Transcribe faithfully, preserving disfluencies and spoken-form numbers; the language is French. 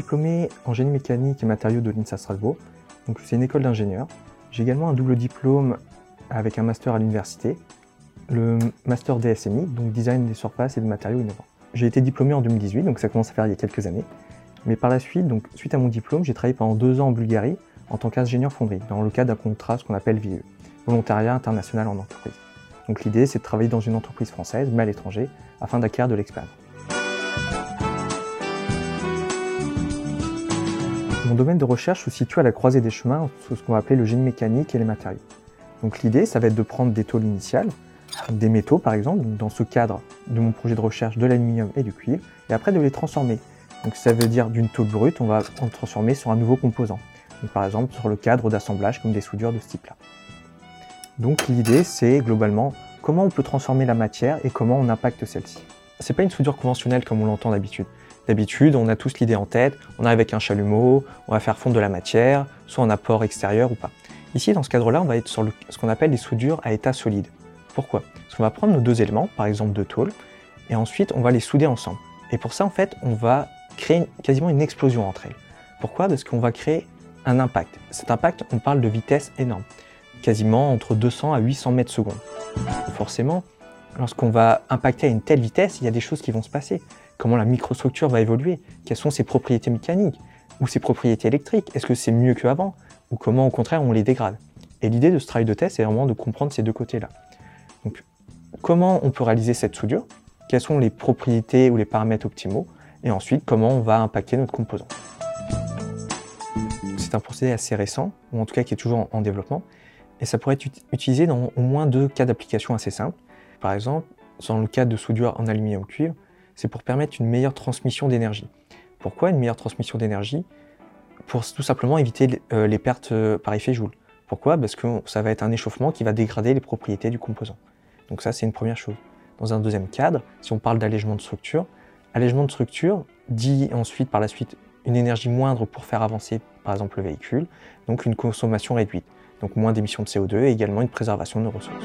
diplômé en génie mécanique et matériaux de l'INSA Strasbourg, donc c'est une école d'ingénieurs. J'ai également un double diplôme avec un master à l'université, le master D S M I, donc design des surfaces et des matériaux innovants. J'ai été diplômé en deux mille dix-huit, donc ça commence à faire il y a quelques années. Mais par la suite, donc suite à mon diplôme, j'ai travaillé pendant deux ans en Bulgarie en tant qu'ingénieur fonderie, dans le cadre d'un contrat, ce qu'on appelle V I E, Volontariat international en entreprise. Donc l'idée, c'est de travailler dans une entreprise française, mais à l'étranger, afin d'acquérir de l'expérience. Mon domaine de recherche se situe à la croisée des chemins entre ce qu'on va appeler le génie mécanique et les matériaux. Donc l'idée, ça va être de prendre des tôles initiales, des métaux par exemple, donc dans ce cadre de mon projet de recherche de l'aluminium et du cuivre, et après de les transformer. Donc ça veut dire d'une tôle brute, on va le transformer sur un nouveau composant. Donc, par exemple sur le cadre d'assemblage comme des soudures de ce type-là. Donc l'idée, c'est globalement comment on peut transformer la matière et comment on impacte celle-ci. C'est pas une soudure conventionnelle comme on l'entend d'habitude. D'habitude, on a tous l'idée en tête, on arrive avec un chalumeau, on va faire fondre de la matière, soit en apport extérieur ou pas. Ici, dans ce cadre-là, on va être sur le, ce qu'on appelle les soudures à état solide. Pourquoi? Parce qu'on va prendre nos deux éléments, par exemple deux tôles, et ensuite on va les souder ensemble. Et pour ça, en fait, on va créer une, quasiment une explosion entre elles. Pourquoi? Parce qu'on va créer un impact. Cet impact, on parle de vitesse énorme, quasiment entre deux cents à huit cents mètres secondes. Forcément, lorsqu'on va impacter à une telle vitesse, il y a des choses qui vont se passer. Comment la microstructure va évoluer? Quelles sont ses propriétés mécaniques ou ses propriétés électriques? Est-ce que c'est mieux qu'avant? Ou comment, au contraire, on les dégrade? Et l'idée de ce travail de test, c'est vraiment de comprendre ces deux côtés-là. Donc, comment on peut réaliser cette soudure? Quelles sont les propriétés ou les paramètres optimaux? Et ensuite, comment on va impacter notre composant? C'est un procédé assez récent, ou en tout cas qui est toujours en développement, et ça pourrait être utilisé dans au moins deux cas d'application assez simples. Par exemple, dans le cas de soudure en aluminium cuivre, c'est pour permettre une meilleure transmission d'énergie. Pourquoi une meilleure transmission d'énergie? Pour tout simplement éviter les pertes par effet Joule. Pourquoi? Parce que ça va être un échauffement qui va dégrader les propriétés du composant. Donc ça, c'est une première chose. Dans un deuxième cadre, si on parle d'allègement de structure, allègement de structure dit ensuite par la suite une énergie moindre pour faire avancer par exemple le véhicule, donc une consommation réduite, donc moins d'émissions de C O deux et également une préservation de nos ressources.